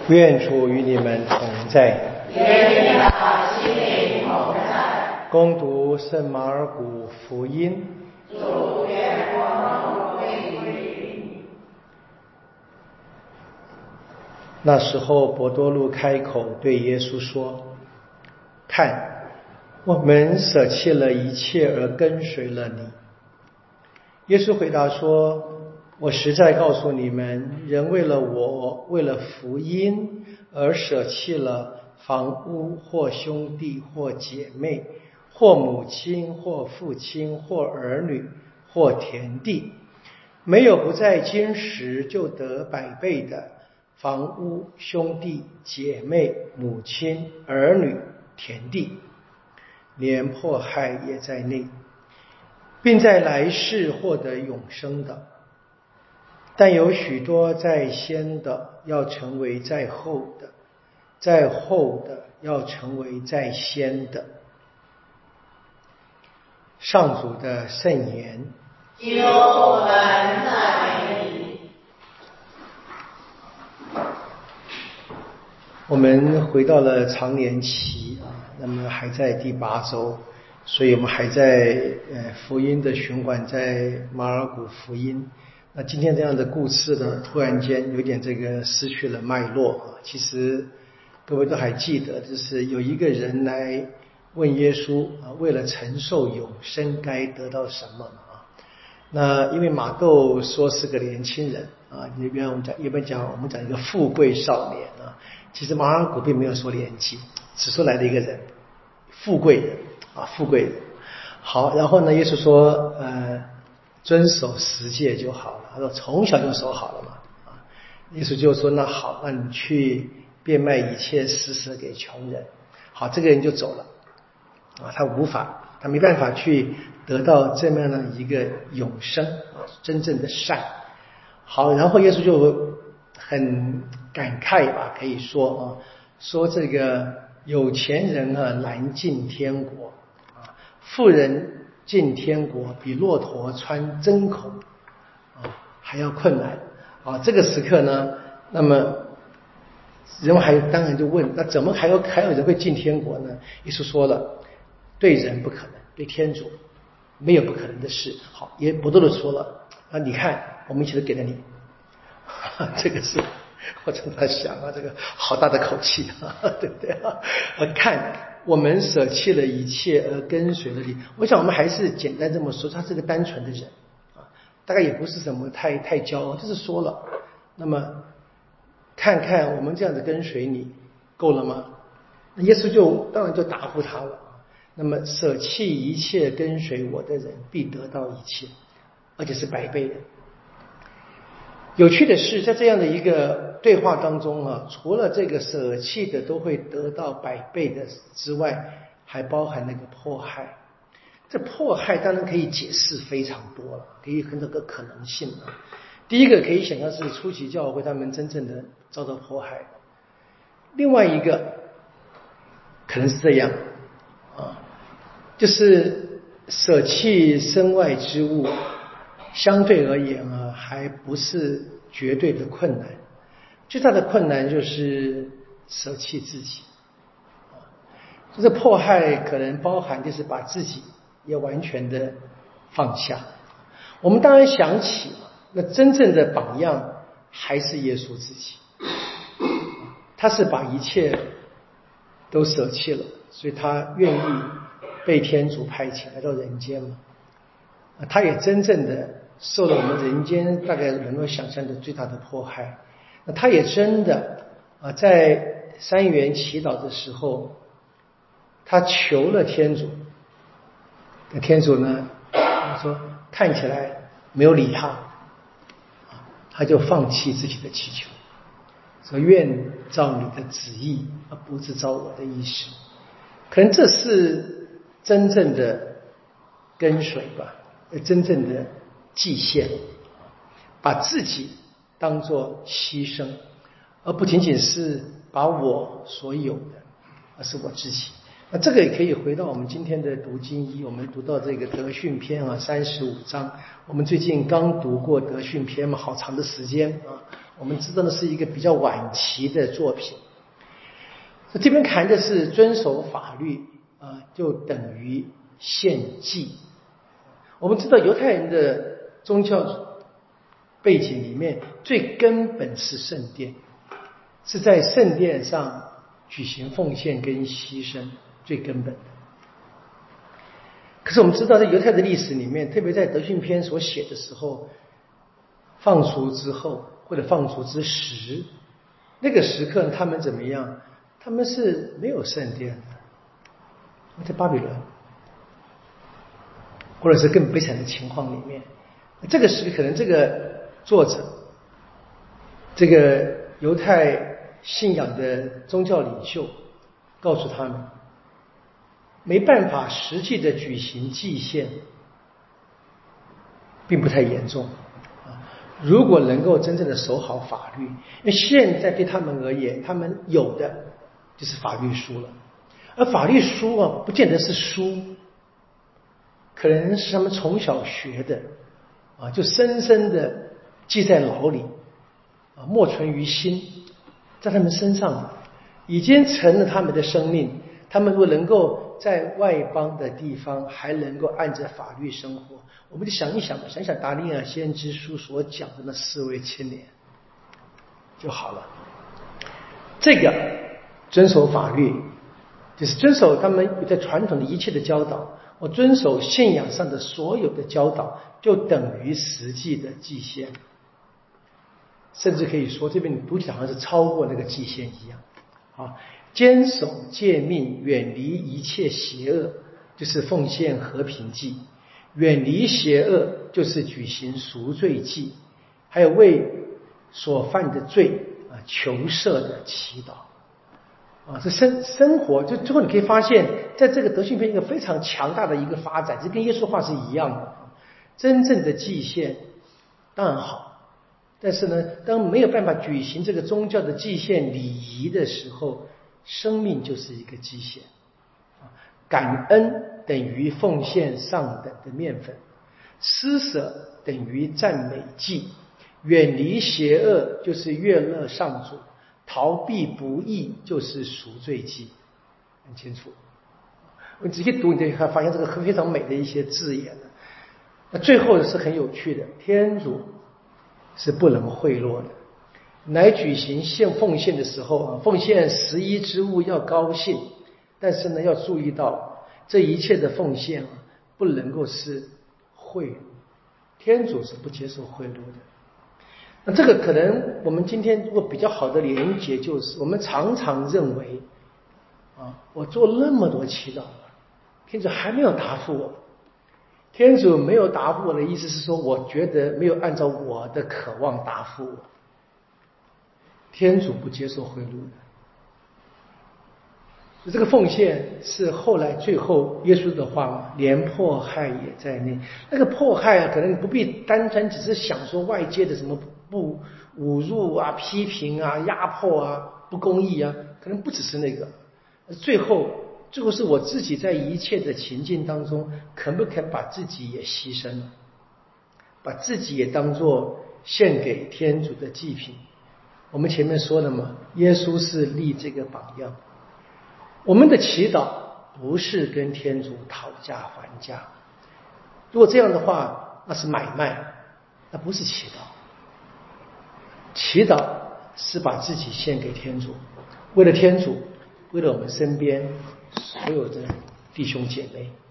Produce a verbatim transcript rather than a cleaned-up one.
愿主与你们同在。 愿你的心灵同在。 恭读圣马尔谷福音。 主愿光荣归于你。 那时候伯多禄开口对耶稣说：看，我们舍弃了一切而跟随了你。耶稣回答说：我实在告诉你们，人为了我，为了福音而舍弃了房屋或兄弟或姐妹或母亲或父亲或儿女或田地，没有不在今时就得百倍的房屋、兄弟、姐妹、母亲、儿女、田地，连迫害也在内，并在来世获得永生的。但有许多在先的要成为在后的，在后的要成为在先的。上主的圣言。 有我们赞美你。 我们回到了常年期啊，那么还在第八周，所以我们还在呃福音的循环，在马尔谷福音。那今天这样的故事呢，突然间有点这个失去了脉络啊。其实各位都还记得，就是有一个人来问耶稣啊，为了承受永生该得到什么啊？那因为马窦说是个年轻人啊，一边我们讲一边讲我们讲一个富贵少年啊，其实马尔谷并没有说年纪，只说来的一个人，富贵人啊，富贵人。好，然后呢，耶稣说呃。遵守十诫就好了，他说从小就守好了嘛，啊，耶稣就说那好，那你去变卖一切施舍给穷人。好，这个人就走了，啊，他无法，他没办法去得到这么样的一个永生啊，真正的善。好，然后耶稣就很感慨吧，可以说啊，说这个有钱人啊难进天国啊，富人进天国比骆驼穿针孔啊还要困难啊！这个时刻呢，那么人们还当然就问，那怎么还有还有人会进天国呢？耶稣说了，对人不可能，对天主没有不可能的事。好，也伯多禄说了啊，你看我们一起都给了你，这个是我正在想啊，这个好大的口气啊，对不对啊？看。我们舍弃了一切而跟随了你。我想我们还是简单这么说，他是个单纯的人啊，大概也不是什么太太骄傲，就是说了。那么看看我们这样子跟随你够了吗？耶稣就当然就答复他了。那么舍弃一切跟随我的人必得到一切，而且是百倍的。有趣的是，在这样的一个对话当中啊，除了这个舍弃的都会得到百倍的之外，还包含那个迫害。这迫害当然可以解释非常多了，可以很多个可能性啊。第一个可以想象是初期教会他们真正的遭到迫害，另外一个可能是这样啊，就是舍弃身外之物。相对而言啊，还不是绝对的困难。最大的困难就是舍弃自己。这迫害可能包含就是把自己也完全的放下。我们当然想起，那真正的榜样还是耶稣自己。他是把一切都舍弃了，所以他愿意被天主派遣来到人间嘛。他也真正的受了我们人间大概能够想象的最大的迫害。那他也真的啊，在三元祈祷的时候，他求了天主。那天主呢，他说看起来没有理他，他就放弃自己的祈求，说愿照你的旨意，而不是照我的意思。可能这是真正的跟随吧。真正的祭献，把自己当作牺牲，而不仅仅是把我所有的，而是我自己。那这个也可以回到我们今天的读经一，我们读到这个德训篇啊，三十五章。我们最近刚读过德训篇嘛，好长的时间啊。 我们知道的是一个比较晚期的作品。这边谈的是遵守法律啊，就等于献祭。我们知道犹太人的宗教背景里面，最根本是圣殿，是在圣殿上举行奉献跟牺牲，最根本的。可是我们知道，在犹太的历史里面，特别在德训篇所写的时候，放逐之后或者放逐之时，那个时刻他们怎么样？他们是没有圣殿的，在巴比伦，或者是更悲惨的情况里面。这个时刻，可能这个作者，这个犹太信仰的宗教领袖，告诉他们，没办法实际的举行祭献，并不太严重。如果能够真正的守好法律，因为现在对他们而言，他们有的就是法律书了，而法律书啊，不见得是书，可能是他们从小学的啊，就深深的记在脑里啊，默存于心，在他们身上已经成了他们的生命。他们如果能够在外邦的地方还能够按着法律生活，我们就想一想，想想达尼尔先知书所讲的那四位青年就好了。这个遵守法律，就是遵守他们在传统的一切的教导，我遵守信仰上的所有的教导，就等于实际的祭献，甚至可以说这边你读起来好像是超过那个祭献一样啊。坚守诫命，远离一切邪恶，就是奉献和平祭；远离邪恶，就是举行赎罪祭，还有为所犯的罪啊求赦的祈祷啊。这生生活就最后你可以发现，在这个德训篇一个非常强大的一个发展，这跟耶稣话是一样的。真正的祭献当然好，但是呢，当没有办法举行这个宗教的祭献礼仪的时候，生命就是一个祭献。感恩等于奉献上等的面粉，施舍等于赞美祭，远离邪恶就是悦乐上主，逃避不义就是赎罪祭。很清楚，我直接读你就会发现这个非常美的一些字眼了。那最后是很有趣的，天主是不能贿赂的。来举行献奉献的时候啊，奉献十一之物要高兴，但是呢，要注意到这一切的奉献啊，不能够是贿赂，天主是不接受贿赂的。那这个可能我们今天如果比较好的连结，就是我们常常认为啊，我做那么多祈祷了，天主还没有答复我。天主没有答复我的意思是说，我觉得没有按照我的渴望答复我。天主不接受贿赂的。这个奉献是后来最后耶稣的话，连迫害也在内。那个迫害啊，可能你不必单单只是想说外界的什么不侮辱啊、批评啊、压迫啊、不公义啊，可能不只是那个。最后，最后是我自己在一切的情境当中，肯不肯把自己也牺牲了，把自己也当作献给天主的祭品。我们前面说了嘛，耶稣是立这个榜样。我们的祈祷不是跟天主讨价还价，如果这样的话，那是买卖，那不是祈祷。祈祷是把自己献给天主，为了天主，为了我们身边所有的弟兄姐妹。